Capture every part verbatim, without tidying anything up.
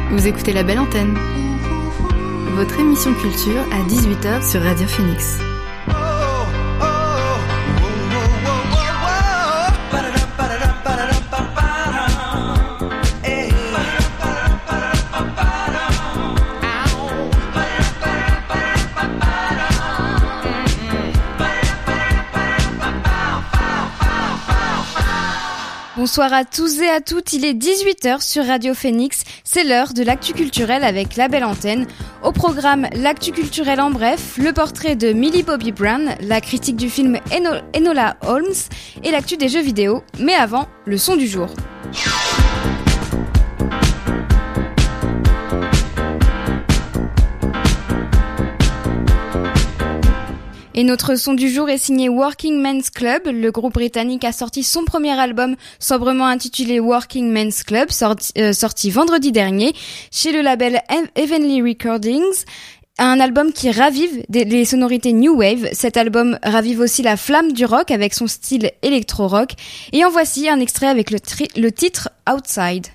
Vous écoutez La Belle Antenne, votre émission culture à dix-huit heures sur Radio Phoenix. Bonsoir à tous et à toutes, il est dix-huit heures sur Radio Phoenix, c'est l'heure de l'actu culturelle avec La Belle Antenne. Au programme, l'actu culturelle en bref, le portrait de Millie Bobby Brown, la critique du film Eno- Enola Holmes et l'actu des jeux vidéo. Mais avant, le son du jour. Et notre son du jour est signé Working Men's Club. Le groupe britannique a sorti son premier album sobrement intitulé Working Men's Club, sorti, euh, sorti vendredi dernier chez le label Heavenly Recordings. Un album qui ravive des, les sonorités New Wave. Cet album ravive aussi la flamme du rock avec son style électro-rock. Et en voici un extrait avec le, tri- le titre Outside.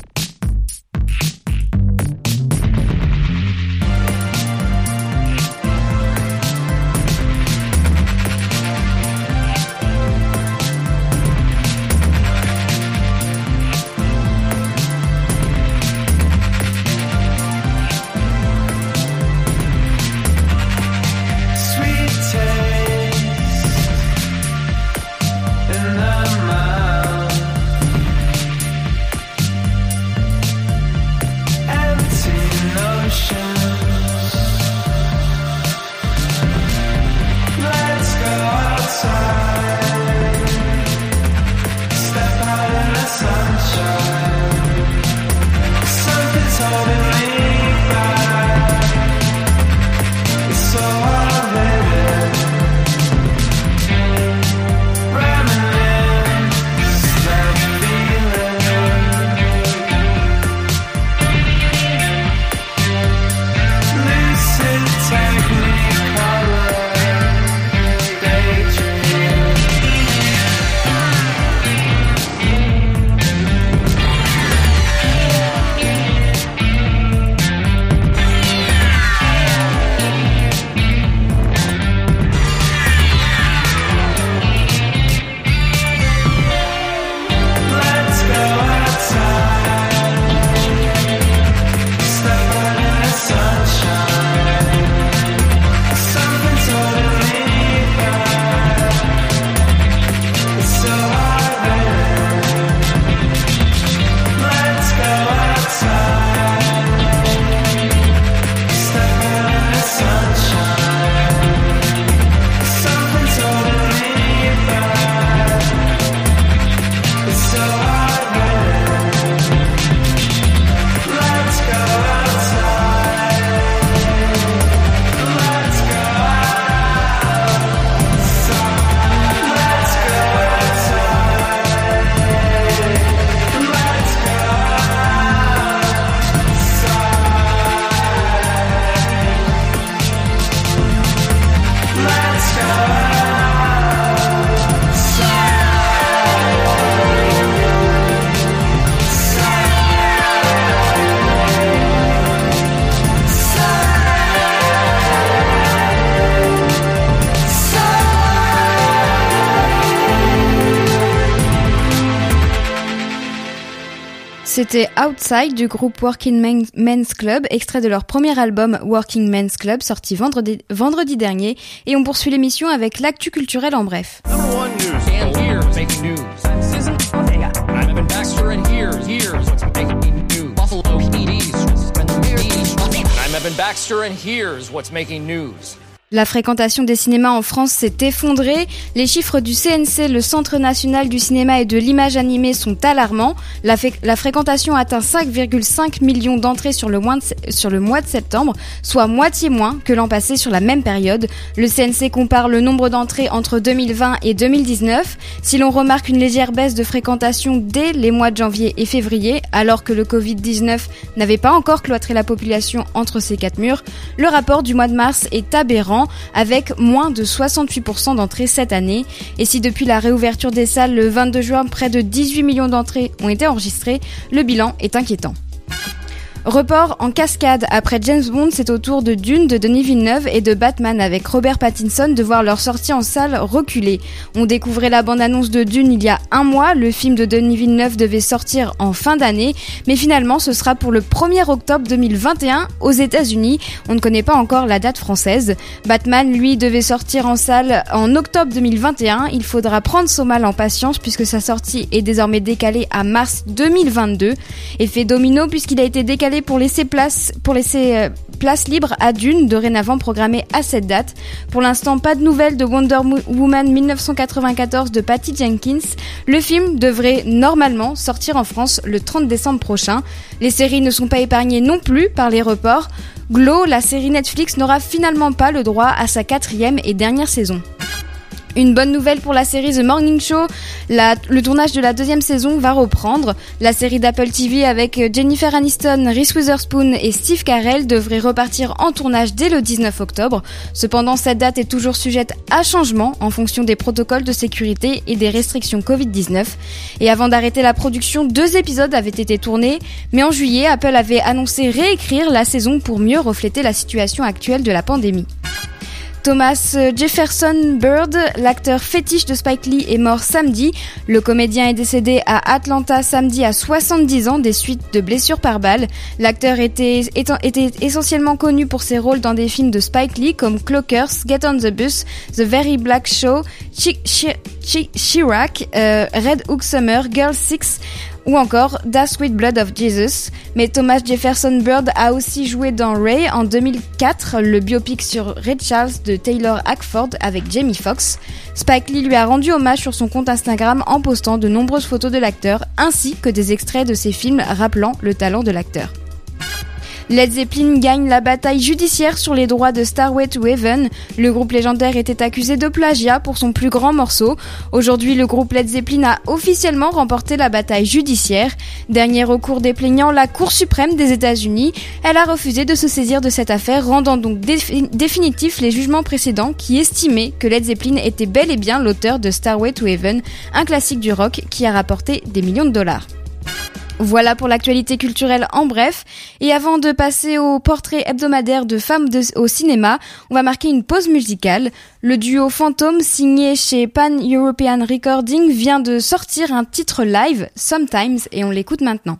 C'était Outside du groupe Working Men's Club, extrait de leur premier album Working Men's Club, sorti vendredi, vendredi dernier. Et on poursuit l'émission avec l'actu culturelle en bref. La fréquentation des cinémas en France s'est effondrée. Les chiffres du C N C, le Centre national du cinéma et de l'image animée, sont alarmants. La, f- la fréquentation atteint cinq virgule cinq millions d'entrées sur le, mois de, sur le mois de septembre, soit moitié moins que l'an passé sur la même période. Le C N C compare le nombre d'entrées entre deux mille vingt et deux mille dix-neuf. Si l'on remarque une légère baisse de fréquentation dès les mois de janvier et février, alors que le covid dix-neuf n'avait pas encore cloîtré la population entre ces quatre murs, le rapport du mois de mars est aberrant, avec moins de soixante-huit pour cent d'entrées cette année. Et si depuis la réouverture des salles le vingt-deux juin, près de dix-huit millions d'entrées ont été enregistrées, le bilan est inquiétant. Report en cascade, après James Bond, c'est au tour de Dune de Denis Villeneuve et de Batman avec Robert Pattinson de voir leur sortie en salle reculer. On découvrait la bande-annonce de Dune il y a un mois, le film de Denis Villeneuve devait sortir en fin d'année, mais finalement ce sera pour le premier octobre deux mille vingt et un aux États-Unis. On ne connaît pas encore la date française. Batman, lui, devait sortir en salle en octobre deux mille vingt et un. Il faudra prendre son mal en patience puisque sa sortie est désormais décalée à mars deux mille vingt-deux. Effet domino puisqu'il a été décalé pour laisser place, pour laisser euh, place libre à Dune, dorénavant programmée à cette date. Pour l'instant, pas de nouvelles de Wonder Woman dix-neuf cent quatre-vingt-quatorze de Patty Jenkins. Le film devrait normalement sortir en France le trente décembre prochain. Les séries ne sont pas épargnées non plus par les reports. Glow, la série Netflix, n'aura finalement pas le droit à sa quatrième et dernière saison. Une bonne nouvelle pour la série The Morning Show, la, le tournage de la deuxième saison va reprendre. La série d'Apple T V avec Jennifer Aniston, Reese Witherspoon et Steve Carell devrait repartir en tournage dès le dix-neuf octobre. Cependant, cette date est toujours sujette à changement en fonction des protocoles de sécurité et des restrictions covid dix-neuf. Et avant d'arrêter la production, deux épisodes avaient été tournés, mais en juillet, Apple avait annoncé réécrire la saison pour mieux refléter la situation actuelle de la pandémie. Thomas Jefferson Bird, l'acteur fétiche de Spike Lee, est mort samedi. Le comédien est décédé à Atlanta samedi à soixante-dix ans des suites de blessures par balle. L'acteur était, était essentiellement connu pour ses rôles dans des films de Spike Lee comme Clockers, Get on the Bus, The Very Black Show, Chirac, euh, Red Hook Summer, Girl Six ou encore The Sweet Blood of Jesus. Mais Thomas Jefferson Bird a aussi joué dans Ray en deux mille quatre, le biopic sur Ray Charles de Taylor Hackford avec Jamie Foxx. Spike Lee lui a rendu hommage sur son compte Instagram en postant de nombreuses photos de l'acteur ainsi que des extraits de ses films rappelant le talent de l'acteur. Led Zeppelin gagne la bataille judiciaire sur les droits de Stairway to Heaven. Le groupe légendaire était accusé de plagiat pour son plus grand morceau. Aujourd'hui, le groupe Led Zeppelin a officiellement remporté la bataille judiciaire. Dernier recours des plaignants, la Cour suprême des États-Unis. Elle a refusé de se saisir de cette affaire, rendant donc défi- définitifs les jugements précédents qui estimaient que Led Zeppelin était bel et bien l'auteur de Stairway to Heaven, un classique du rock qui a rapporté des millions de dollars. Voilà pour l'actualité culturelle en bref. Et avant de passer au portrait hebdomadaire de femmes de, au cinéma, on va marquer une pause musicale. Le duo Phantom, signé chez Pan European Recording, vient de sortir un titre live, Sometimes, et on l'écoute maintenant.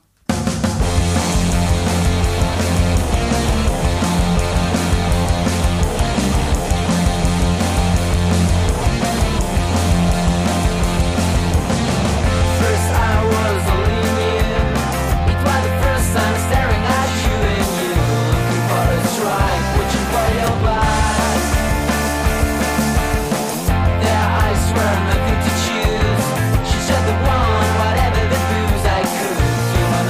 Nothing to choose. She said the one, whatever the booze I could.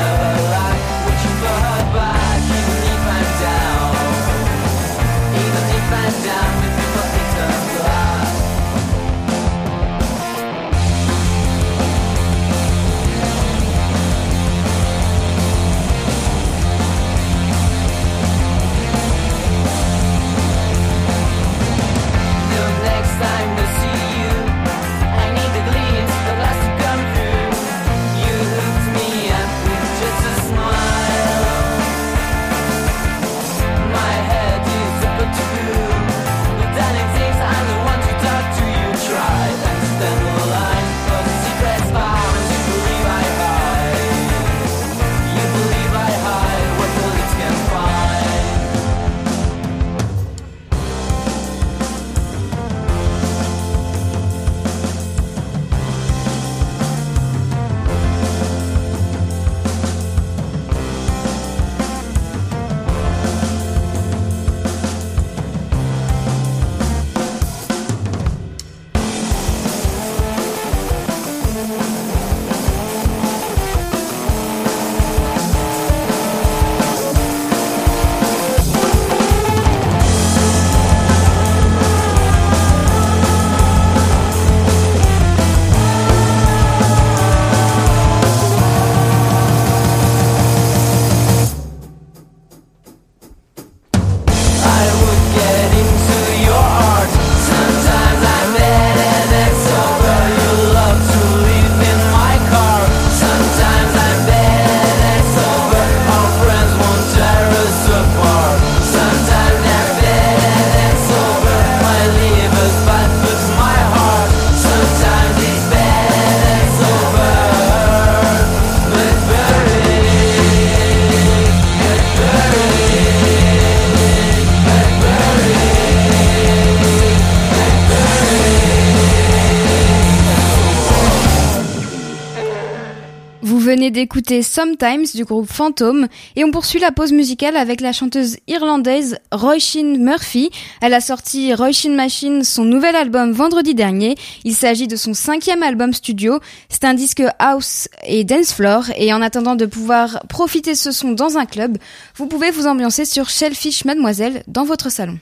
venez d'écouter Sometimes du groupe Phantom et on poursuit la pause musicale avec la chanteuse irlandaise Róisín Murphy. Elle a sorti Róisín Machine, son nouvel album vendredi dernier. Il s'agit de son cinquième album studio. C'est un disque house et dance floor et en attendant de pouvoir profiter ce son dans un club, vous pouvez vous ambiancer sur Shellfish Mademoiselle dans votre salon.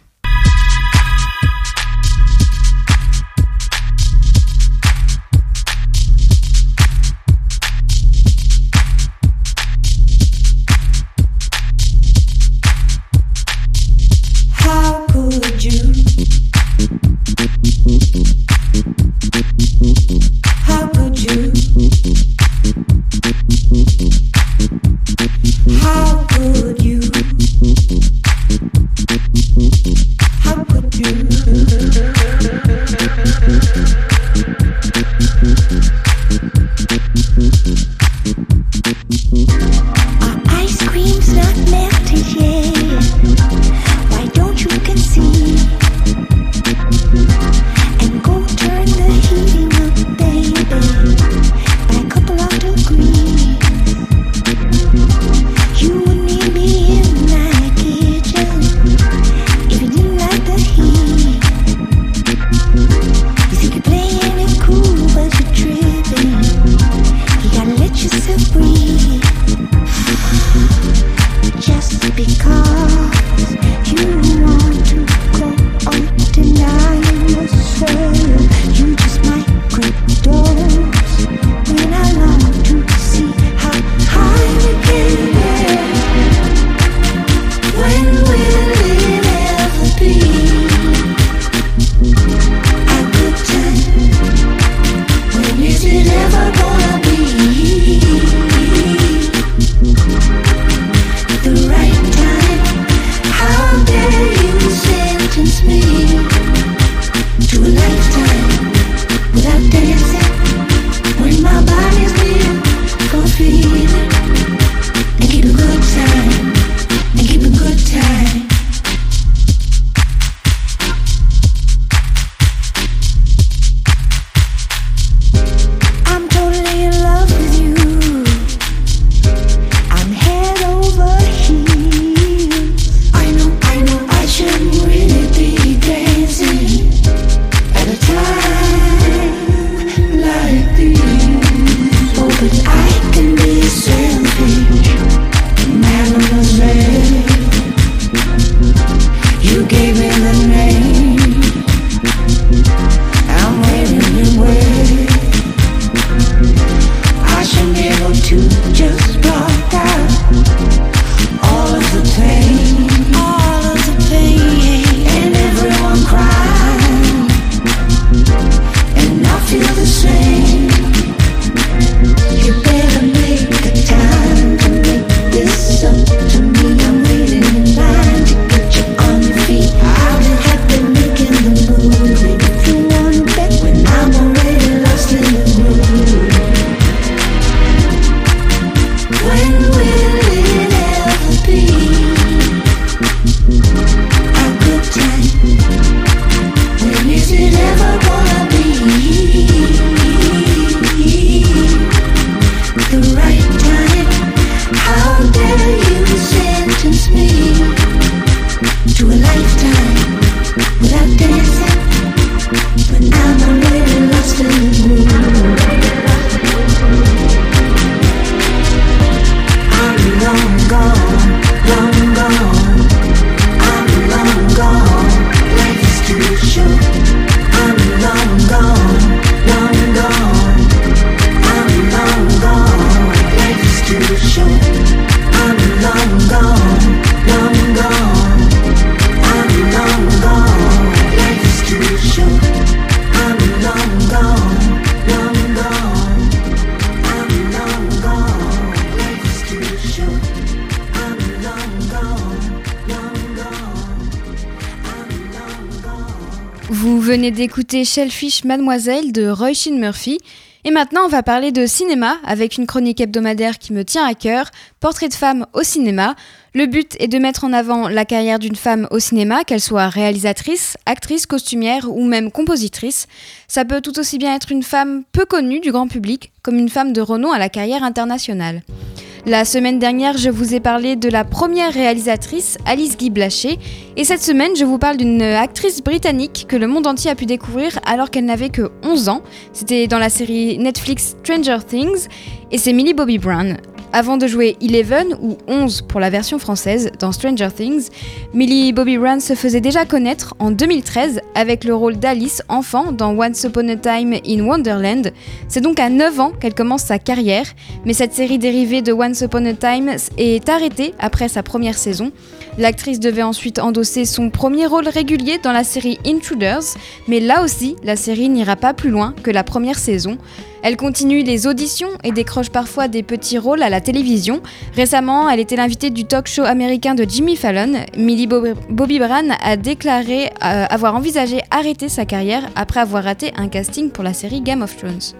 Vous venez d'écouter Shellfish Mademoiselle de Róisín Murphy Et maintenant, on va parler de cinéma avec une chronique hebdomadaire qui me tient à cœur, Portrait de femme au cinéma. Le but est de mettre en avant la carrière d'une femme au cinéma, qu'elle soit réalisatrice, actrice, costumière ou même compositrice. Ça peut tout aussi bien être une femme peu connue du grand public, comme une femme de renom à la carrière internationale. La semaine dernière, je vous ai parlé de la première réalisatrice, Alice Guy Blaché, et cette semaine, je vous parle d'une actrice britannique que le monde entier a pu découvrir alors qu'elle n'avait que onze ans. C'était dans la série Netflix Stranger Things, et c'est Millie Bobby Brown. Avant de jouer Eleven, ou onze pour la version française, dans Stranger Things, Millie Bobby Brown se faisait déjà connaître en deux mille treize avec le rôle d'Alice, enfant, dans Once Upon a Time in Wonderland. C'est donc à neuf ans qu'elle commence sa carrière, mais cette série dérivée de Once Upon a Time est arrêtée après sa première saison. L'actrice devait ensuite endosser son premier rôle régulier dans la série Intruders, mais là aussi, la série n'ira pas plus loin que la première saison. Elle continue les auditions et décroche parfois des petits rôles à la télévision. Récemment, elle était l'invitée du talk-show américain de Jimmy Fallon. Millie Bobby Brown a déclaré euh, avoir envisagé arrêter sa carrière après avoir raté un casting pour la série Game of Thrones.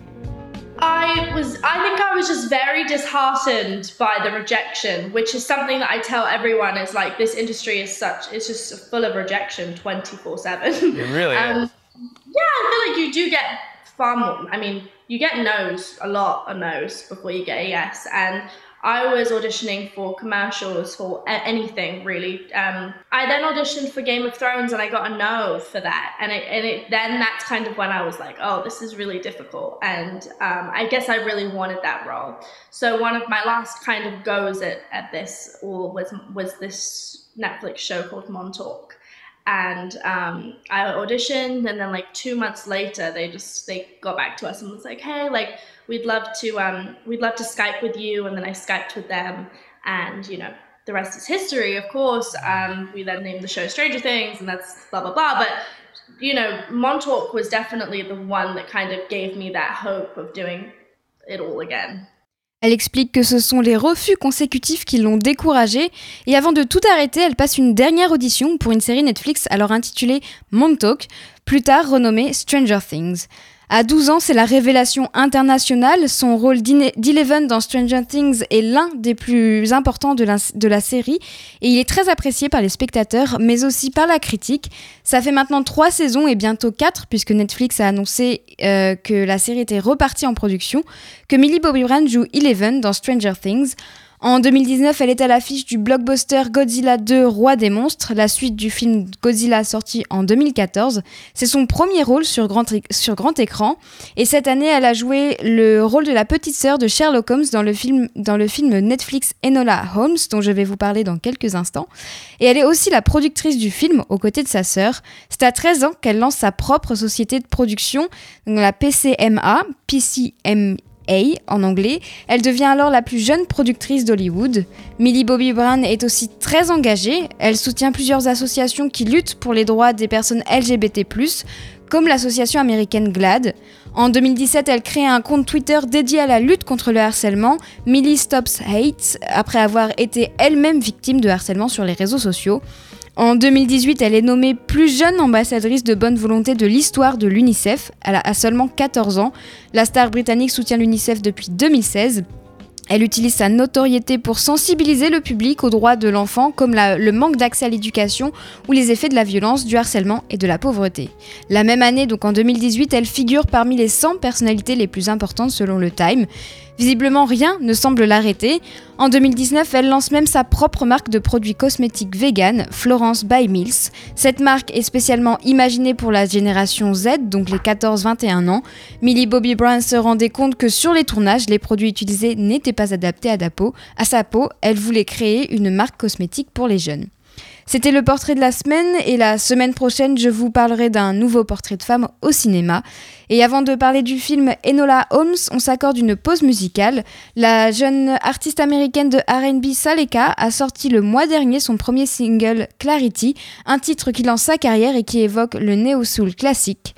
I was, I think I was just very disheartened by the rejection, which is something that I tell everyone is like, this industry is such, it's just full of rejection twenty-four seven. It really um, is. Yeah, I feel like you do get far more, I mean, you get no's, a lot of no's before you get a yes. And I was auditioning for commercials, for a- anything really. Um, I then auditioned for Game of Thrones and I got a no for that. And it, and it, then that's kind of when I was like, oh, this is really difficult. And um, I guess I really wanted that role. So one of my last kind of goes at, at this or was, was this Netflix show called Montauk. And um, I auditioned, and then like two months later, they just they got back to us and was like, "Hey, like we'd love to um, we'd love to Skype with you." And then I Skyped with them, and you know the rest is history. Of course, um, we then named the show Stranger Things, and that's blah blah blah. But you know, Montauk was definitely the one that kind of gave me that hope of doing it all again. Elle explique que ce sont les refus consécutifs qui l'ont découragée et avant de tout arrêter, elle passe une dernière audition pour une série Netflix alors intitulée Montauk, plus tard renommée Stranger Things. À douze ans, c'est la révélation internationale. Son rôle d'Eleven dans Stranger Things est l'un des plus importants de la, de la série et il est très apprécié par les spectateurs, mais aussi par la critique. Ça fait maintenant trois saisons et bientôt quatre, puisque Netflix a annoncé euh, que la série était repartie en production, que Millie Bobby Brown joue Eleven dans Stranger Things. En deux mille dix-neuf, elle est à l'affiche du blockbuster Godzilla deux, Roi des monstres, la suite du film Godzilla sorti en deux mille quatorze. C'est son premier rôle sur grand, é- sur grand écran. Et cette année, elle a joué le rôle de la petite sœur de Sherlock Holmes dans le film, dans le film Netflix Enola Holmes, dont je vais vous parler dans quelques instants. Et elle est aussi la productrice du film, aux côtés de sa sœur. C'est à treize ans qu'elle lance sa propre société de production, la P C M A, P C M A. A en anglais. Elle devient alors la plus jeune productrice d'Hollywood. Millie Bobby Brown est aussi très engagée. Elle soutient plusieurs associations qui luttent pour les droits des personnes L G B T plus, comme l'association américaine GLAAD. En deux mille dix-sept, elle crée un compte Twitter dédié à la lutte contre le harcèlement, Millie Stops Hate, après avoir été elle-même victime de harcèlement sur les réseaux sociaux. En deux mille dix-huit, elle est nommée plus jeune ambassadrice de bonne volonté de l'histoire de l'UNICEF. Elle a seulement quatorze ans. La star britannique soutient l'UNICEF depuis deux mille seize. Elle utilise sa notoriété pour sensibiliser le public aux droits de l'enfant, comme la, le manque d'accès à l'éducation ou les effets de la violence, du harcèlement et de la pauvreté. La même année, donc en deux mille dix-huit, elle figure parmi les cent personnalités les plus importantes selon le Time. Visiblement, rien ne semble l'arrêter. En deux mille dix-neuf, elle lance même sa propre marque de produits cosmétiques vegan, Florence by Mills. Cette marque est spécialement imaginée pour la génération Z, donc les quatorze vingt et un ans. Millie Bobby Brown se rendait compte que sur les tournages, les produits utilisés n'étaient pas adaptés à, peau. à sa peau. Elle voulait créer une marque cosmétique pour les jeunes. C'était le portrait de la semaine et la semaine prochaine, je vous parlerai d'un nouveau portrait de femme au cinéma. Et avant de parler du film Enola Holmes, on s'accorde une pause musicale. La jeune artiste américaine de R and B Saleka a sorti le mois dernier son premier single Clarity, un titre qui lance sa carrière et qui évoque le néo-soul classique.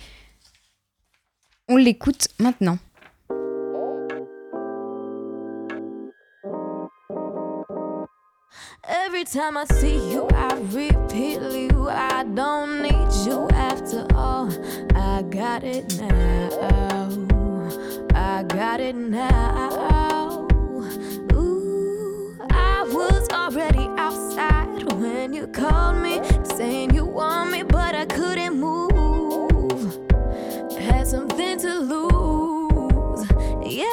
On l'écoute maintenant. Every time I see you, I repeat you. I don't need you after all. I got it now. I got it now. Ooh, I was already outside when you called me, saying you want me, but I couldn't move. Had something to lose, yeah.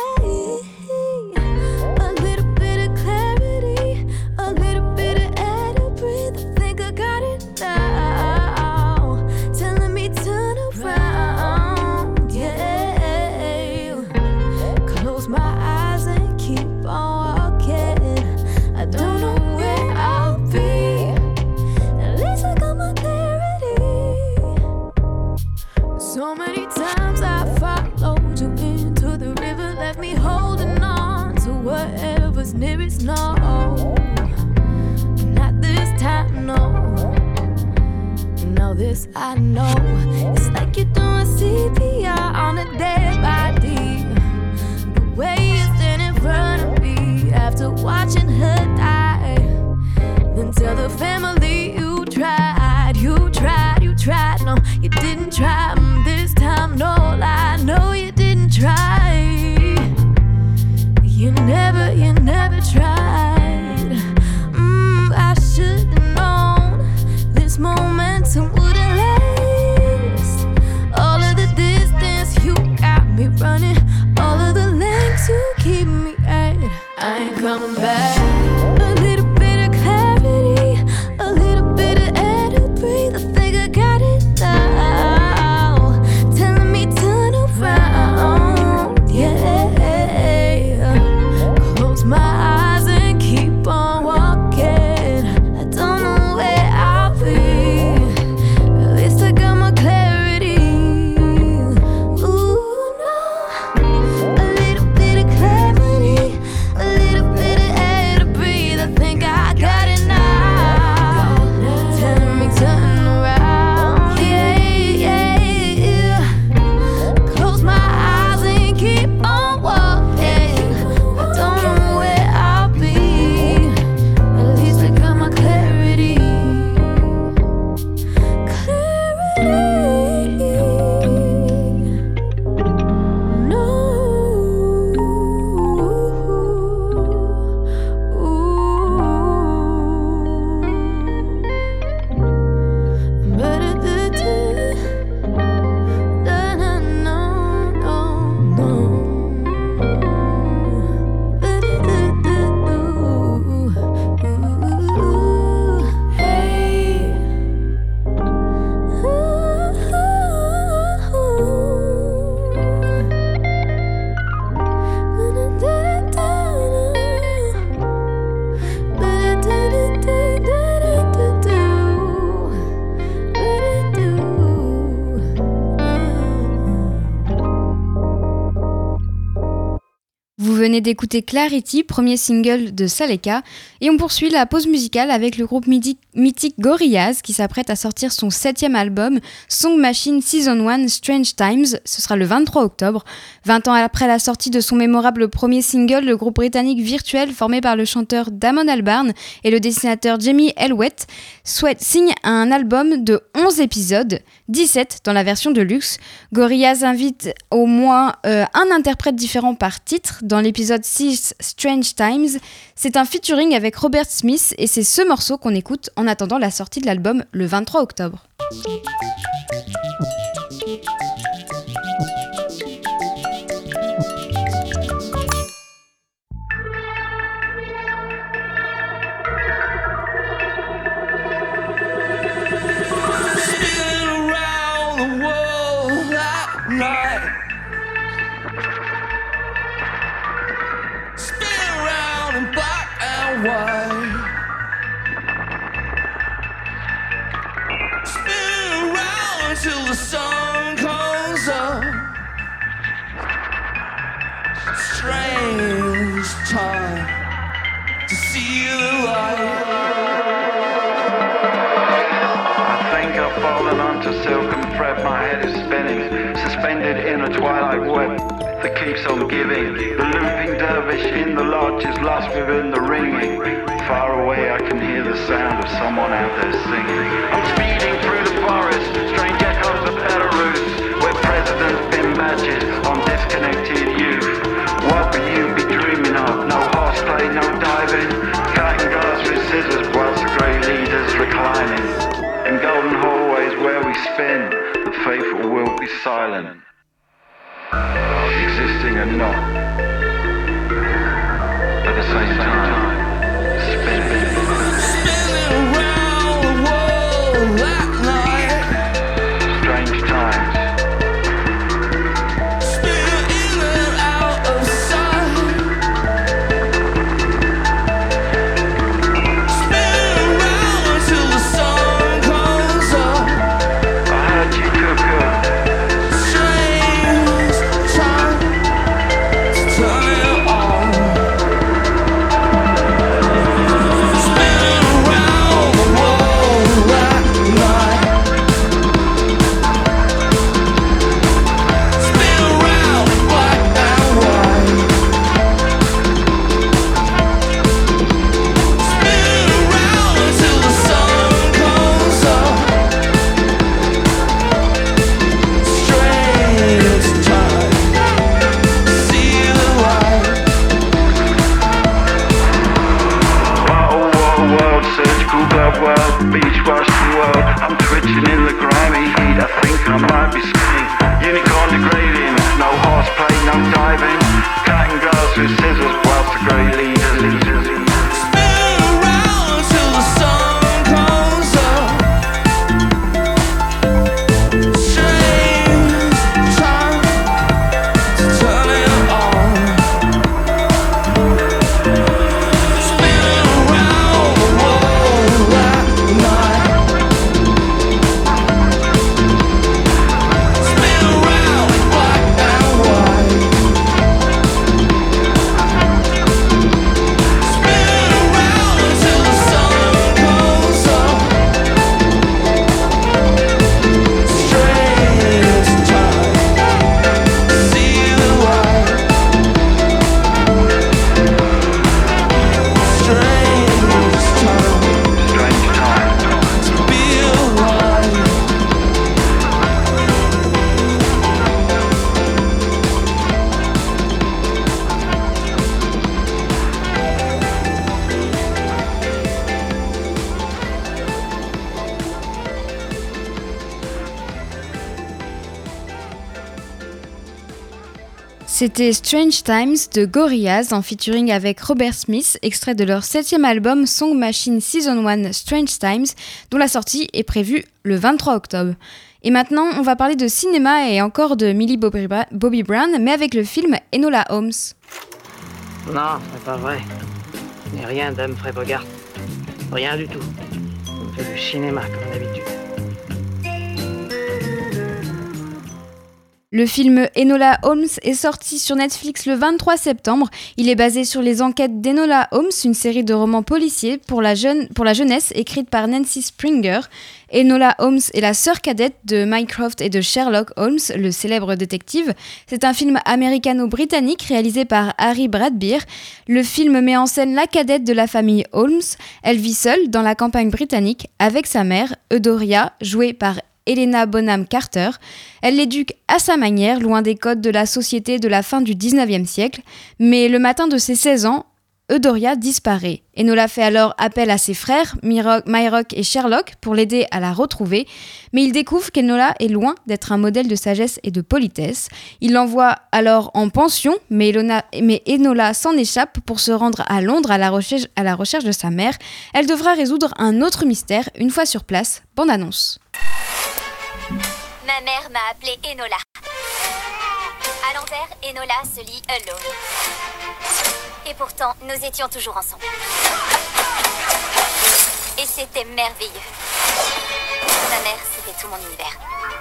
A little bit of clarity, a little bit of air to breathe. I think I got it now. Telling me turn around, yeah. Close my eyes and keep on walking. I don't know where I'll be. At least I got my clarity. So many times I followed you into the river, left me holding on to whatever's nearest. No, not this time, no. No, this I know. It's like you're doing C P R on a dead body. The way you stand in front of me after watching her die. Then tell the family you tried, you tried, you tried. No, you didn't try this time, no lie. No, you didn't try. You never, you never tried. Mm, I should've known this momentum wouldn't last. All of the distance you got me running, all of the lengths you keep me at, I ain't coming back. A little bit of clarity, a little bit of air to breathe. I think I got it now. Telling me turn around, yeah. Close my eyes and keep on walking. I don't know where I'll be. At least I got my clarity. Ooh, no. A little bit of clarity, a little bit of air to breathe. I think I got it now. Telling me turn around, yeah, yeah, yeah. Close my eyes and keep on walking. I don't know where I'll be. At least I got my clarity. Clarity. No. Ooh. Better do do. Da na no no no. Better do do do. Ooh. Hey. Vous venez d'écouter Clarity, premier single de Saleka, et on poursuit la pause musicale avec le groupe mythique, mythique Gorillaz qui s'apprête à sortir son septième album, Song Machine Season un Strange Times. Ce sera le vingt-trois octobre. vingt ans après la sortie de son mémorable premier single, le groupe britannique Virtuel, formé par le chanteur Damon Albarn et le dessinateur Jamie Elwett, souhaite signe un album de onze épisodes, dix-sept dans la version de luxe. Gorillaz invite au moins euh, un interprète différent par titre. Dans l'épisode six, Strange Times, c'est un featuring avec Robert Smith et c'est ce morceau qu'on écoute en attendant la sortie de l'album le vingt-trois octobre. Till the sun comes up. Strange time to see the light. I think I've fallen onto silk and thread. My head is spinning, suspended in a twilight web that keeps on giving. The looping dervish in the lodge is lost within the ringing. Far away I can hear the sound of someone out there singing. I'm speeding through the forest, strange echoes of Belarus, where presidents pin badges on disconnected youth. scissors whilst the great leaders reclining. In golden hallways where we spin, the faithful will be silent. Existing and not, at the same time, spinning. Spinning around the world at night. Strange times. Spinning in and out of sight. Spinning around until the sun comes up. I heard you took a Strange time to turn it on. Spinning around the world at night. Spin around black and white. Spin around until the sun comes up. Strange time, see the light. What a world, world, surgical glove world, beach wash the world. I'm twitching in the grimy heat, I think I might be spinning. Unicorn degrading, no horseplay, no diving. Cutting grass with scissors whilst the great leaders loses. Spin around until the sun comes up. Strange time to turn it on. Spinning around the world at night. Spin around black and white. Spin around until the sun comes up. Strange time, see the light. Strange time Strange times. to be alive. C'était Strange Times de Gorillaz en featuring avec Robert Smith, extrait de leur septième album Song Machine Season un Strange Times, dont la sortie est prévue le vingt-trois octobre. Et maintenant, on va parler de cinéma et encore de Millie Bobby Bra- Bobby Brown, mais avec le film Enola Holmes. Non, c'est pas vrai. Je n'ai rien d'Humphrey Bogart. Rien du tout. On fait du cinéma comme d'habitude. Le film Enola Holmes est sorti sur Netflix le vingt-trois septembre. Il est basé sur les enquêtes d'Enola Holmes, une série de romans policiers pour la, jeune, pour la jeunesse écrite par Nancy Springer. Enola Holmes est la sœur cadette de Mycroft et de Sherlock Holmes, le célèbre détective. C'est un film américano-britannique réalisé par Harry Bradbeer. Le film met en scène la cadette de la famille Holmes. Elle vit seule dans la campagne britannique avec sa mère, Euphoria, jouée par Helena Bonham Carter. Elle l'éduque à sa manière, loin des codes de la société de la fin du dix-neuvième siècle. Mais le matin de ses seize ans, Euphoria disparaît. Enola fait alors appel à ses frères, Myrock et Sherlock, pour l'aider à la retrouver. Mais il découvre qu'Enola est loin d'être un modèle de sagesse et de politesse. Il l'envoie alors en pension, mais, Elona, mais Enola s'en échappe pour se rendre à Londres à la, recherche, à la recherche de sa mère. Elle devra résoudre un autre mystère une fois sur place. Bande annonce. Ma mère m'a appelée Enola. À l'envers, Enola se lit Alone. Et pourtant, nous étions toujours ensemble. Et c'était merveilleux. Ma mère, c'était tout mon univers.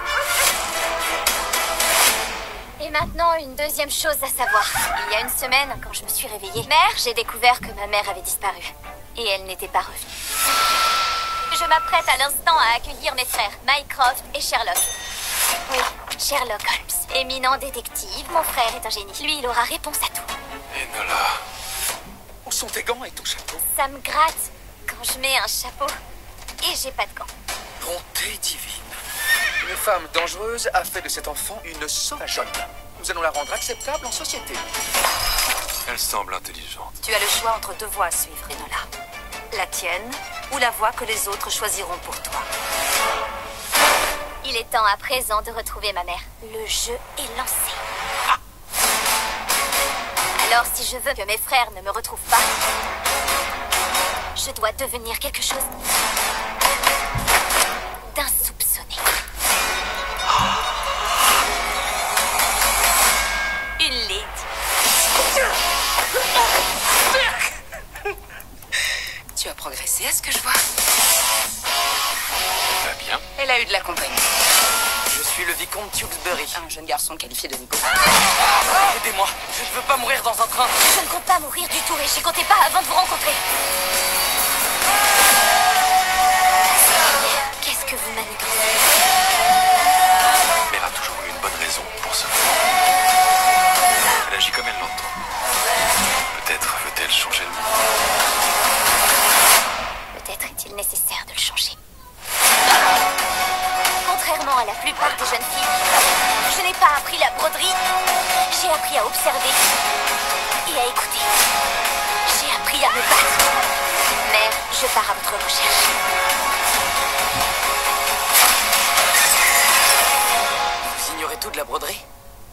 Et maintenant, une deuxième chose à savoir. Il y a une semaine, quand je me suis réveillée, mère, j'ai découvert que ma mère avait disparu. Et elle n'était pas revenue. Je m'apprête à l'instant à accueillir mes frères, Mycroft et Sherlock. Oui, Sherlock Holmes. Éminent détective, mon frère est un génie. Lui, il aura réponse à tout. Enola, où sont tes gants et ton chapeau? Ça me gratte quand je mets un chapeau et j'ai pas de gants. Bonté divine. Une femme dangereuse a fait de cet enfant une sauvageonne. Nous allons la rendre acceptable en société. Elle semble intelligente. Tu as le choix entre deux voies à suivre, Enola. la tienne ou la voie que les autres choisiront pour toi. Il est temps à présent de retrouver ma mère. Le jeu est lancé. Alors si je veux que mes frères ne me retrouvent pas, je dois devenir quelque chose d'insoupçonné. Une lady. Tu as progressé à ce que je vois. Va bien. Elle a eu de la compagnie. Je suis le vicomte Tewksbury. Un jeune garçon qualifié de Nico. Aidez-moi, je ne veux pas mourir dans un train. Je ne compte pas mourir du tout et j'y comptais pas avant de vous rencontrer. Qu'est-ce que vous m'avez Mère a toujours eu une bonne raison pour ce faire. Elle agit comme elle l'entend. Peut-être veut-elle changer le monde. Peut-être est-il nécessaire de le changer. Contrairement à la plupart des jeunes filles, je n'ai pas appris la broderie. J'ai appris à observer et à écouter. J'ai appris à me battre. Mère, je pars à votre recherche. Vous ignorez tout de la broderie?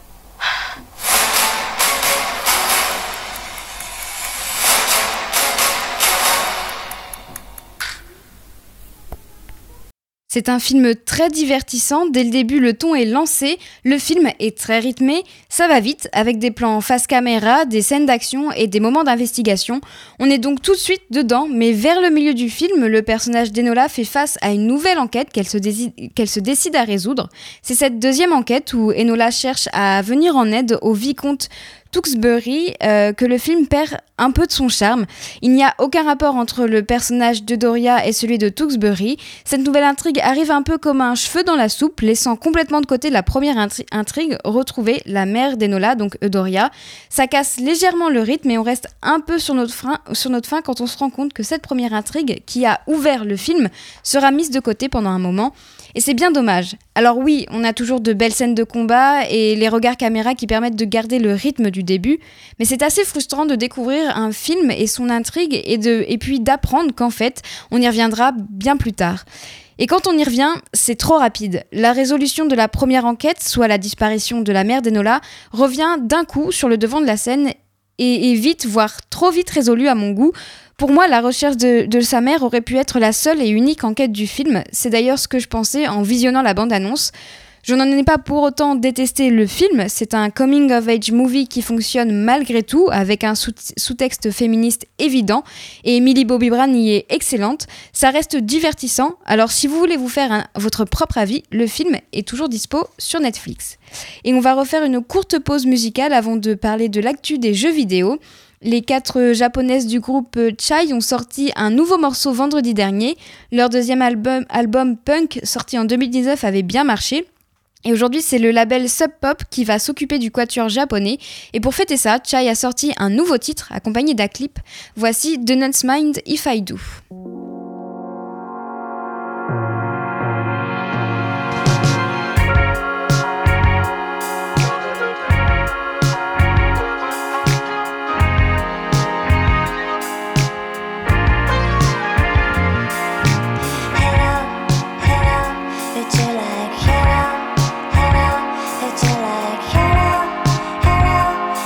C'est un film très divertissant, dès le début le ton est lancé, le film est très rythmé, ça va vite avec des plans face caméra, des scènes d'action et des moments d'investigation. On est donc tout de suite dedans, mais vers le milieu du film, le personnage d'Enola fait face à une nouvelle enquête qu'elle se, dési- qu'elle se décide à résoudre. C'est cette deuxième enquête où Enola cherche à venir en aide au vicomte Tewksbury euh, que le film perd un peu de son charme. Il n'y a aucun rapport entre le personnage de Doria et celui de Tewksbury. Cette nouvelle intrigue arrive un peu comme un cheveu dans la soupe, laissant complètement de côté la première intri- intrigue, retrouver la mère d'Enola, donc Eudoria. Ça casse légèrement le rythme et on reste un peu sur notre, frein, sur notre fin quand on se rend compte que cette première intrigue, qui a ouvert le film, sera mise de côté pendant un moment. Et c'est bien dommage. Alors oui, on a toujours de belles scènes de combat et les regards caméra qui permettent de garder le rythme du début, mais c'est assez frustrant de découvrir un film et son intrigue et, de, et puis d'apprendre qu'en fait, on y reviendra bien plus tard. Et quand on y revient, c'est trop rapide. La résolution de la première enquête, soit la disparition de la mère d'Enola, revient d'un coup sur le devant de la scène et est vite, voire trop vite résolue à mon goût. Pour moi, la recherche de, de sa mère aurait pu être la seule et unique enquête du film. C'est d'ailleurs ce que je pensais en visionnant la bande-annonce. Je n'en ai pas pour autant détesté le film, c'est un coming-of-age movie qui fonctionne malgré tout, avec un sous- sous-texte féministe évident, et Millie Bobby Brown y est excellente. Ça reste divertissant, alors si vous voulez vous faire un, votre propre avis, le film est toujours dispo sur Netflix. Et on va refaire une courte pause musicale avant de parler de l'actu des jeux vidéo. Les quatre japonaises du groupe Chai ont sorti un nouveau morceau vendredi dernier. Leur deuxième album, album Punk, sorti en deux mille dix-neuf, avait bien marché. Et aujourd'hui, c'est le label Sub Pop qui va s'occuper du quatuor japonais. Et pour fêter ça, Chai a sorti un nouveau titre accompagné d'un clip. Voici The Nun's Mind If I Do.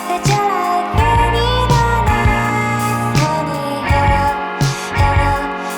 Hello,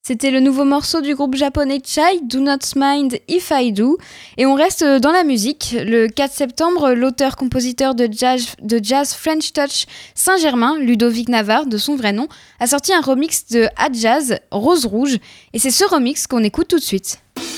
C'était le nouveau morceau du groupe japonais Chai, Do Not Mind If I Do. Et on reste dans la musique. Le quatre septembre, l'auteur-compositeur de jazz, de jazz French Touch Saint-Germain, Ludovic Navarre, de son vrai nom, a sorti un remix de Adjazz, Rose Rouge. Et c'est ce remix qu'on écoute tout de suite.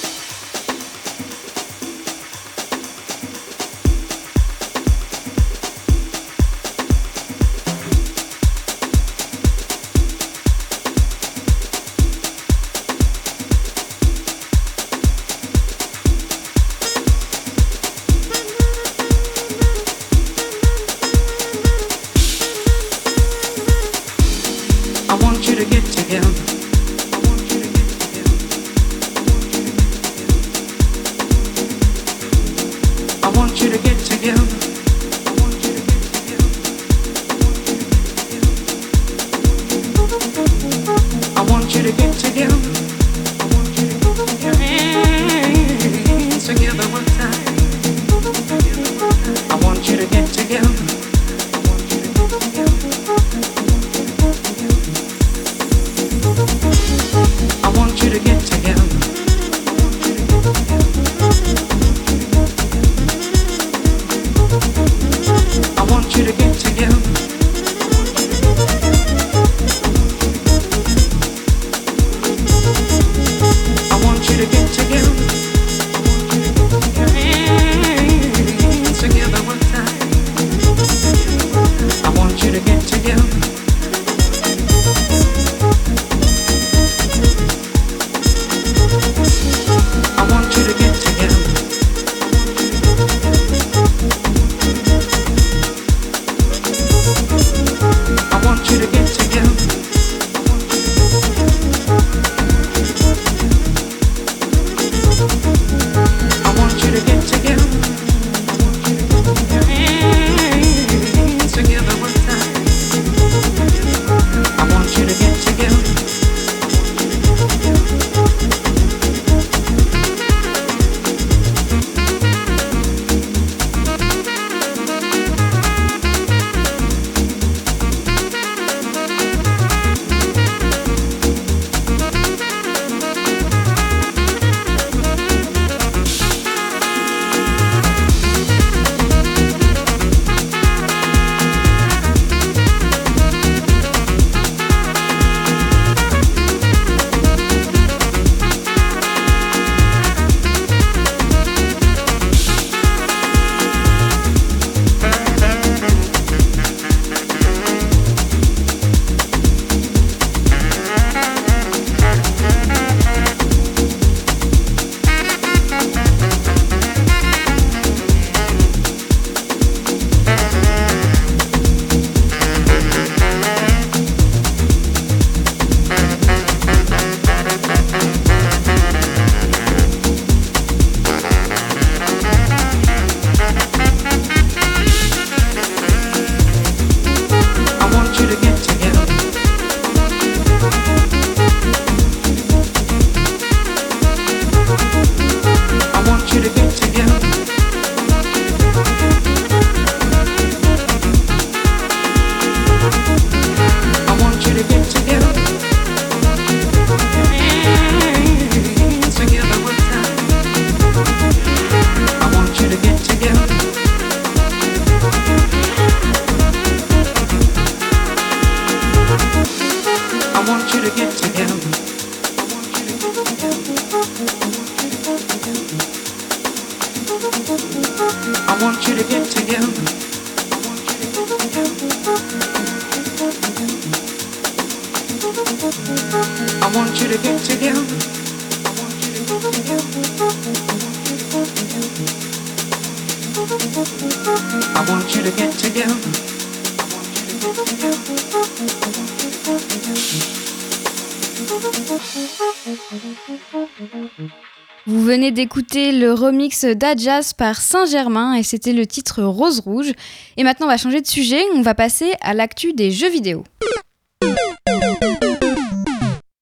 Vous venez d'écouter le remix d'Adjazz par Saint-Germain et c'était le titre Rose Rouge. Et maintenant on va changer de sujet, on va passer à l'actu des jeux vidéo.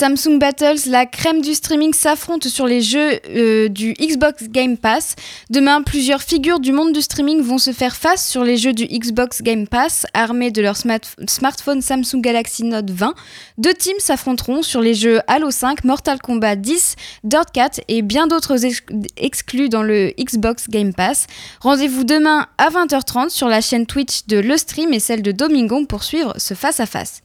Samsung Battles, la crème du streaming s'affronte sur les jeux euh, du Xbox Game Pass. Demain, plusieurs figures du monde du streaming vont se faire face sur les jeux du Xbox Game Pass, armés de leur smart- smartphone Samsung Galaxy Note vingt. Deux teams s'affronteront sur les jeux Halo cinq, Mortal Kombat dix, Dirt quatre et bien d'autres ex- exclus dans le Xbox Game Pass. Rendez-vous demain à vingt heures trente sur la chaîne Twitch de Le Stream et celle de Domingo pour suivre ce face-à-face.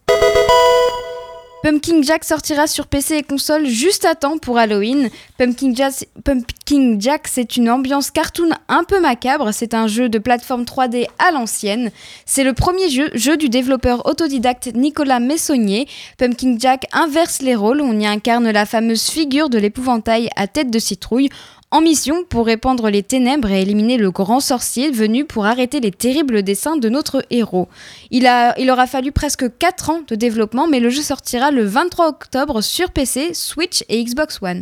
Pumpkin Jack sortira sur P C et console juste à temps pour Halloween. Pumpkin Jack, Pumpkin Jack, c'est une ambiance cartoon un peu macabre. C'est un jeu de plateforme trois D à l'ancienne. C'est le premier jeu, jeu du développeur autodidacte Nicolas Messonnier. Pumpkin Jack inverse les rôles. On y incarne la fameuse figure de l'épouvantail à tête de citrouille, en mission pour répandre les ténèbres et éliminer le grand sorcier venu pour arrêter les terribles desseins de notre héros. Il, a, il aura fallu presque quatre ans de développement, mais le jeu sortira le vingt-trois octobre sur P C, Switch et Xbox One.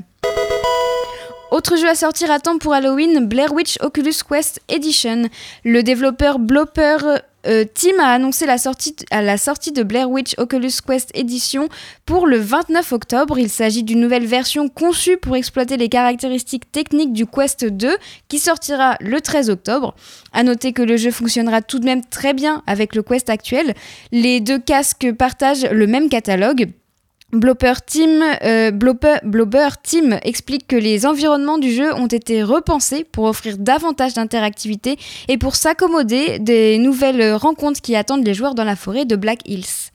Autre jeu à sortir à temps pour Halloween, Blair Witch Oculus Quest Edition. Le développeur Blooper euh, Team a annoncé la sortie, à la sortie de Blair Witch Oculus Quest Edition pour le vingt-neuf octobre. Il s'agit d'une nouvelle version conçue pour exploiter les caractéristiques techniques du Quest deux qui sortira le treize octobre. A noter que le jeu fonctionnera tout de même très bien avec le Quest actuel. Les deux casques partagent le même catalogue. Blooper Team, euh, Blooper, Blooper Team explique que les environnements du jeu ont été repensés pour offrir davantage d'interactivité et pour s'accommoder des nouvelles rencontres qui attendent les joueurs dans la forêt de Black Hills.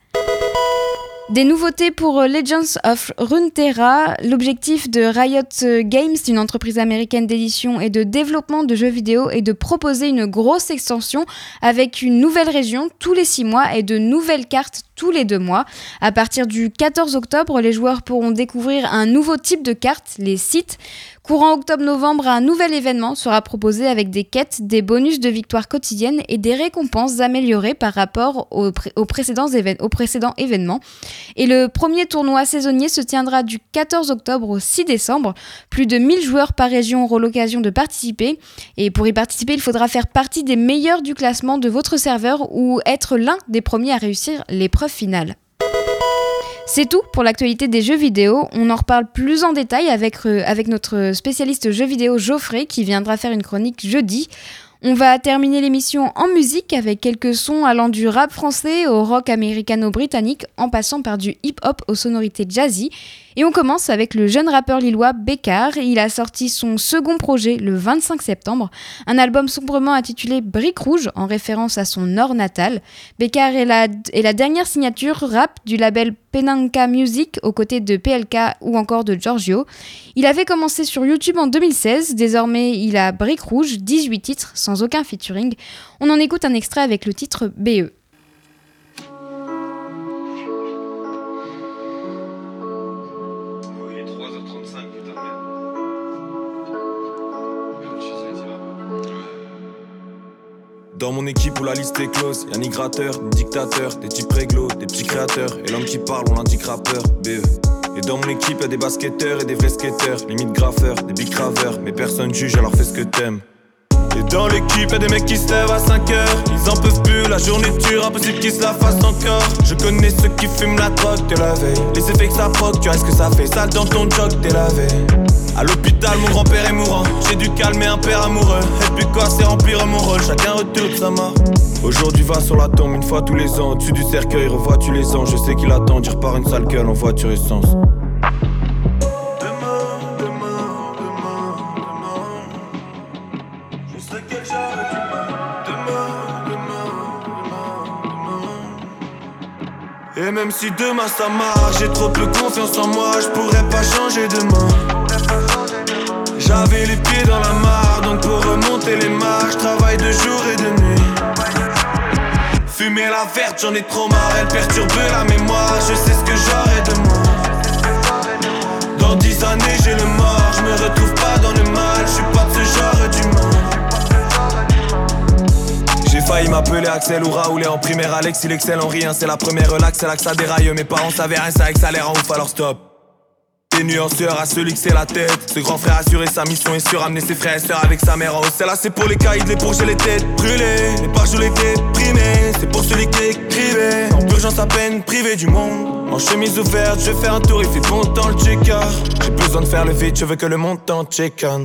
Des nouveautés pour Legends of Runeterra. L'objectif de Riot Games, une entreprise américaine d'édition et de développement de jeux vidéo, est de proposer une grosse extension avec une nouvelle région tous les six mois et de nouvelles cartes tous les deux mois. À partir du quatorze octobre, les joueurs pourront découvrir un nouveau type de carte, les sites. Courant octobre-novembre, un nouvel événement sera proposé avec des quêtes, des bonus de victoire quotidiennes et des récompenses améliorées par rapport aux, pré- aux, précédents, évén- aux précédents événements. Et le premier tournoi saisonnier se tiendra du quatorze octobre au six décembre. Plus de mille joueurs par région auront l'occasion de participer. Et pour y participer, il faudra faire partie des meilleurs du classement de votre serveur ou être l'un des premiers à réussir l'épreuve finale. C'est tout pour l'actualité des jeux vidéo. On en reparle plus en détail avec, euh, avec notre spécialiste jeux vidéo Geoffrey qui viendra faire une chronique jeudi. On va terminer l'émission en musique avec quelques sons allant du rap français au rock américano-britannique en passant par du hip-hop aux sonorités jazzy. Et on commence avec le jeune rappeur lillois Bécard. Il a sorti son second projet le vingt-cinq septembre, un album sombrement intitulé Brique Rouge en référence à son nord natal. Bécard est la, est la dernière signature rap du label Penanka Music aux côtés de P L K ou encore de Giorgio. Il avait commencé sur YouTube en deux mille seize, désormais il a Brique Rouge, dix-huit titres sans aucun featuring. On en écoute un extrait avec le titre B E. Dans mon équipe où la liste est close, y'a ni gratteur, ni dictateur, des types réglo, des petits créateurs, et l'homme qui parle on l'indique rappeur, B E. Et dans mon équipe y'a des basketteurs et des vrais skateurs, limite graffeurs, des big graveurs, mais personne juge alors fais ce que t'aimes. Et dans l'équipe y'a des mecs qui se lèvent à cinq heures, ils en peuvent plus, la journée dure, impossible qu'ils se la fassent encore. Je connais ceux qui fument la drogue de la veille, les effets que ça proc, tu vois ce que ça fait, sale dans ton jog dès la veille. À l'hôpital mon grand-père est mourant, j'ai dû calmer un père amoureux. Être plus quoi c'est remplir mon rôle, chacun retourne sa mort. Aujourd'hui va sur la tombe une fois tous les ans, au-dessus du cercueil revois tu les anges. Je sais qu'il attend, dire par une sale gueule en voiture essence. Et même si demain ça marche, j'ai trop peu confiance en moi, je pourrais pas changer demain. J'avais les pieds dans la mare, donc pour remonter les marches, travaille de jour et de nuit. Fumer la verte, j'en ai trop marre, elle perturbe la mémoire, je sais ce que j'aurai de moi. Dans dix années j'ai le mort, je me retrouve pas dans le mal, je suis pas de ce genre d'humain. J'ai failli m'appeler Axel ou Raoul et en primaire Alex il excelle en rien. C'est la première relax, c'est là que ça déraille. Mes parents savaient rien, c'est vrai que ça a l'air en ouf alors stop. Des nuanceurs à celui que c'est la tête. Ce grand frère assuré sa mission est sur amener ses frères et sœurs avec sa mère en haut. Celle-là c'est pour les caïds, les bourges et les têtes brûlées. Les pages je les déprimées, c'est pour celui qui écrivait. En purgeant sa peine, privé du monde. En chemise ouverte, je vais faire un tour, il fait bon temps le check-out. J'ai besoin de faire le vide, je veux que le montant check-on.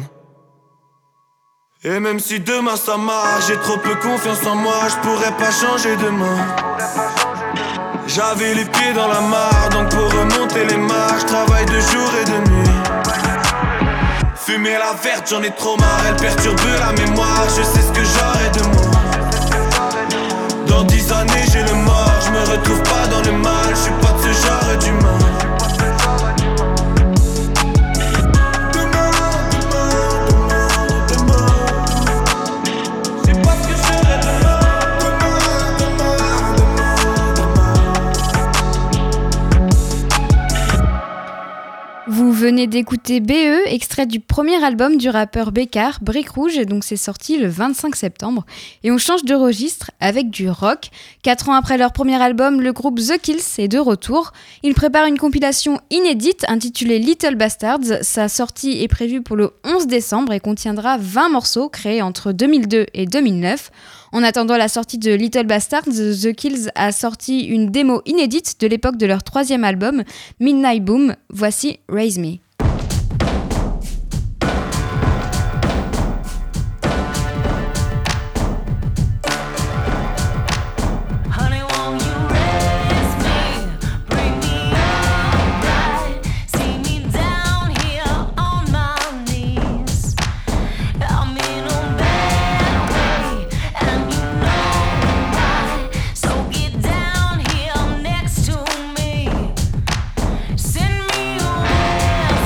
Et même si demain ça marche, j'ai trop peu confiance en moi, je pourrais pas changer demain. J'avais les pieds dans la mare, donc pour remonter les marches, je travaille de jour et de nuit. Fumer la verte, j'en ai trop marre, elle perturbe la mémoire, je sais ce que j'aurai de moi. Dans dix années j'ai le mort, je me retrouve pas dans le mal, je suis pas de ce genre d'humain. Vous venez d'écouter B E, extrait du premier album du rappeur Bécard, Brique Rouge, et donc c'est sorti le vingt-cinq septembre. Et on change de registre avec du rock. Quatre ans après leur premier album, le groupe The Kills est de retour. Ils préparent une compilation inédite intitulée Little Bastards. Sa sortie est prévue pour le onze décembre et contiendra vingt morceaux créés entre deux mille deux et deux mille neuf. En attendant la sortie de Little Bastards, The Kills a sorti une démo inédite de l'époque de leur troisième album, Midnight Boom. Voici Raise Me. Send me away.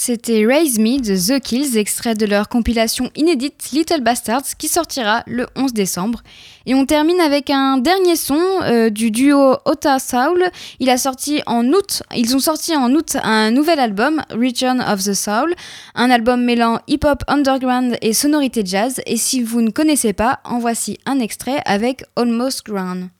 c'était Raise Me de The Kills, extrait de leur compilation inédite Little Bastards qui sortira le onze décembre. Et on termine avec un dernier son euh, du duo Ota Soul. Il a sorti en août, ils ont sorti en août un nouvel album, Return of the Soul, un album mêlant hip-hop underground et sonorité jazz. Et si vous ne connaissez pas, en voici un extrait avec Almost Grown.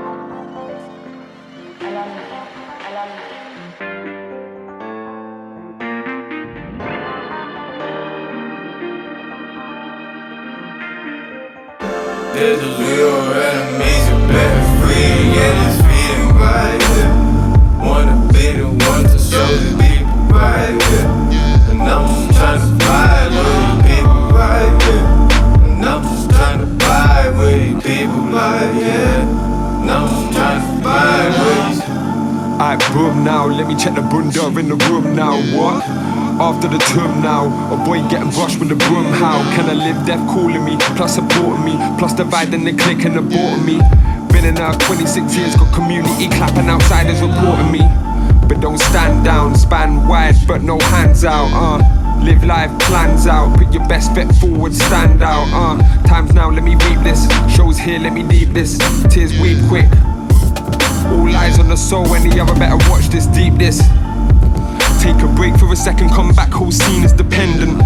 There's a real enemies who better free, yeah, it's feeding right here. Wanna be the one to show the people right here. And I'm just trying to fight with these people right here. And I'm just trying to fight with these people like, yeah. And I'm just trying to fight with these. Alright, boom now, let me check the bunda in the room now, what? After the tomb now, a boy getting brushed with a broom. How can I live death calling me, plus supporting me, plus dividing the clique and aborting me? Been in now twenty-six years, got community clapping, outsiders reporting me. But don't stand down, span wide, but no hands out, uh live life, plans out, put your best foot forward, stand out, uh times now, let me reap this, shows here, let me deep this, tears weep quick. All eyes on the soul, any other better watch this, deep this. Take a break for a second, come back, whole scene is dependent.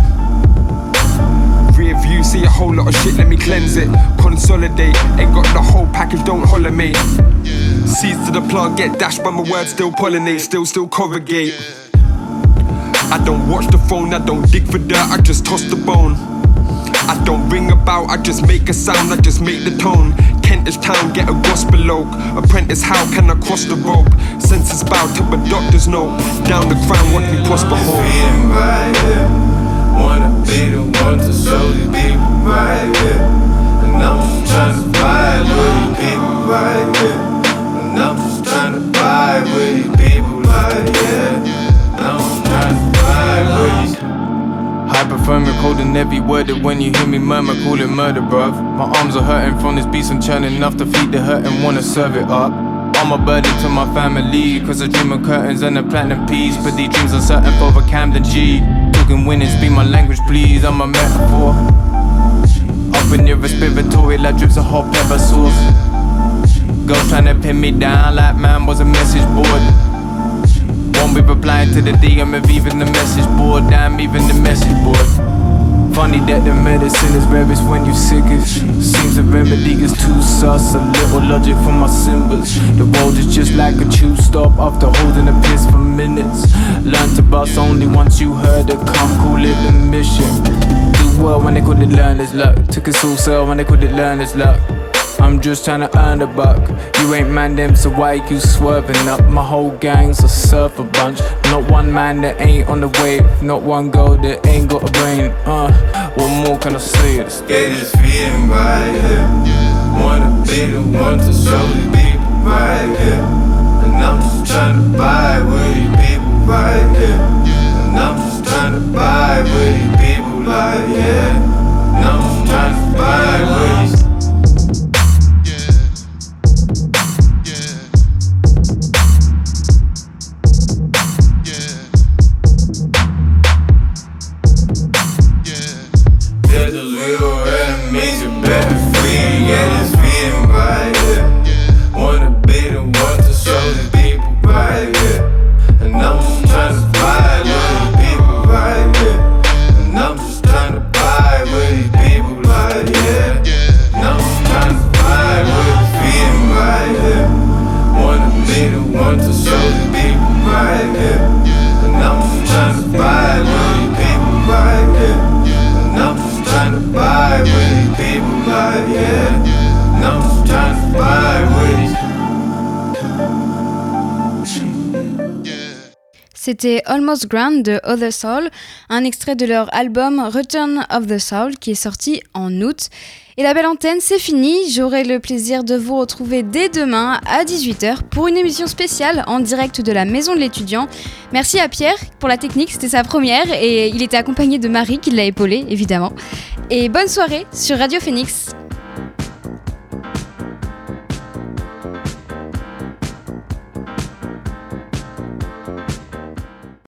Rear view, see a whole lot of shit, let me cleanse it. Consolidate, ain't got the whole package, don't holler mate. Seeds to the plug, get dashed by my words, still pollinate, still, still corrugate. I don't watch the phone, I don't dig for dirt, I just toss the bone. I don't ring about, I just make a sound, I just make the tone. Kentish town, get a gospel oak. Apprentice, how can I cross the rope? Senses bow to a doctor's note. Down the crown, watch me prosper home. Right here. Wanna be the one to show these people right here. And I'm just trying to fight with these people right here. And I'm just trying to fight with these people like, yeah. And I'm just trying to fight with these. Hyperthermic, holding every word that when you hear me murmur, call it murder, bruv. My arms are hurting from this beast, I'm churning enough to feed the hurt and wanna serve it up. I'm a burden to my family, cause I dream of curtains and a platinum piece. But these dreams are certain for the Camden G. Talking winning, speak my language please, I'm a metaphor. Up in your respiratory like drips of hot pepper sauce. Girls trying to pin me down like man was a message board. Won't be replying to the D M of even the message board. Damn, even the message board. Funny that the medicine is rarest when you sickest. Seems the remedy is too sus. A little logic for my symbols. The world is just like a tube stop after holding a piss for minutes. Learn to bust only once you heard it. Come call it the mission. Do well when they couldn't learn this luck. Took it so sell when they couldn't learn this luck. I'm just trying to earn a buck. You ain't man them, so why you swerving up? My whole gang's a surfer bunch. Not one man that ain't on the wave. Not one girl that ain't got a brain. Uh, what more can I say? It's Get this feeling right here. Wanna be the one to show these people right here. And I'm just trying to buy with these people right here. And I'm just trying to buy with these people like, yeah. And I'm just trying to buy with these. There's a real enemies who better free, yeah, it's feeding right here. Wanna be the one to show these people right here. And I'm just trying to fight with these people right here. And I'm just trying to fight with these people like, yeah. And I'm just trying to fight with these feeding right here. Wanna be the one to show these people right here. And I'm just trying to fight with these people right here. And I'm just trying to buy with these people like, yeah. And I'm just trying to buy with these. C'était Almost Ground de Other Soul, un extrait de leur album Return of the Soul qui est sorti en août. Et la belle antenne, c'est fini. J'aurai le plaisir de vous retrouver dès demain à dix-huit heures pour une émission spéciale en direct de la Maison de l'étudiant. Merci à Pierre pour la technique, c'était sa première et il était accompagné de Marie qui l'a épaulé évidemment. Et bonne soirée sur Radio Phoenix.